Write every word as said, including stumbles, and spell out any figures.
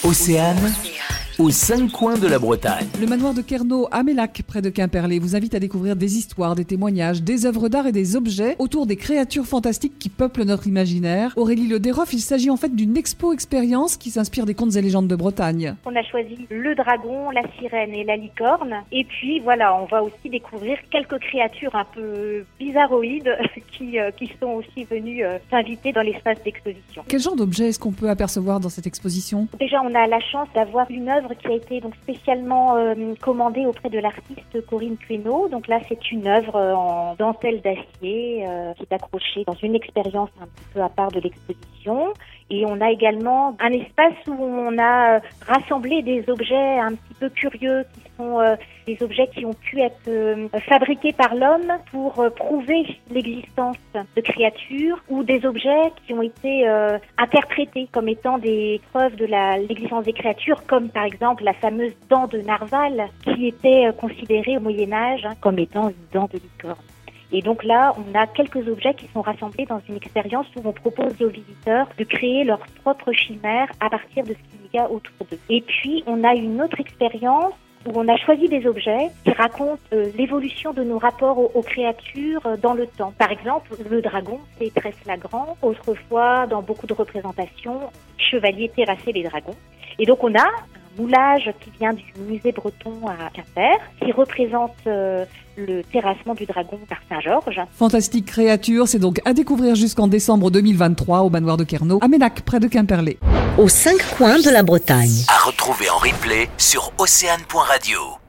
Océane, aux cinq coins de la Bretagne. Le manoir de Kerno à Mélac, près de Quimperlé, vous invite à découvrir des histoires, des témoignages, des œuvres d'art et des objets autour des créatures fantastiques qui peuplent notre imaginaire. Aurélie Le Desroff, il s'agit en fait d'une expo-expérience qui s'inspire des contes et légendes de Bretagne. On a choisi le dragon, la sirène et la licorne. Et puis voilà, on va aussi découvrir quelques créatures un peu bizarroïdes qui, euh, qui sont aussi venues euh, s'inviter dans l'espace d'exposition. Quel genre d'objets est-ce qu'on peut apercevoir dans cette exposition ? Déjà, on a la chance d'avoir une œuvre qui a été donc spécialement euh, commandée auprès de l'artiste Corinne Queneau. Donc là, c'est une œuvre en dentelle d'acier euh, qui est accrochée dans une expérience un petit peu à part de l'exposition. Et on a également un espace où on a rassemblé des objets un petit peu curieux qui sont euh, des objets qui ont pu être euh, fabriqués par l'homme pour euh, prouver l'existence de créatures ou des objets qui ont été euh, interprétés comme étant des preuves de la, l'existence des créatures, comme par exemple la fameuse dent de Narval qui était euh, considérée au Moyen-Âge hein, comme étant une dent de licorne. Et donc là, on a quelques objets qui sont rassemblés dans une expérience où on propose aux visiteurs de créer leur propre chimère à partir de ce qu'il y a autour d'eux. Et puis, on a une autre expérience où on a choisi des objets qui racontent euh, l'évolution de nos rapports aux, aux créatures euh, dans le temps. Par exemple, le dragon, c'est très flagrant. Autrefois, dans beaucoup de représentations, chevaliers terrassaient les dragons. Et donc, on a un moulage qui vient du musée breton à Quimper, qui représente euh, le terrassement du dragon par Saint-Georges. Fantastique créature, c'est donc à découvrir jusqu'en décembre deux mille vingt-trois au manoir de Kerno, à Mélac, près de Quimperlé. Aux cinq coins de la Bretagne. À retrouver en replay sur océane point radio.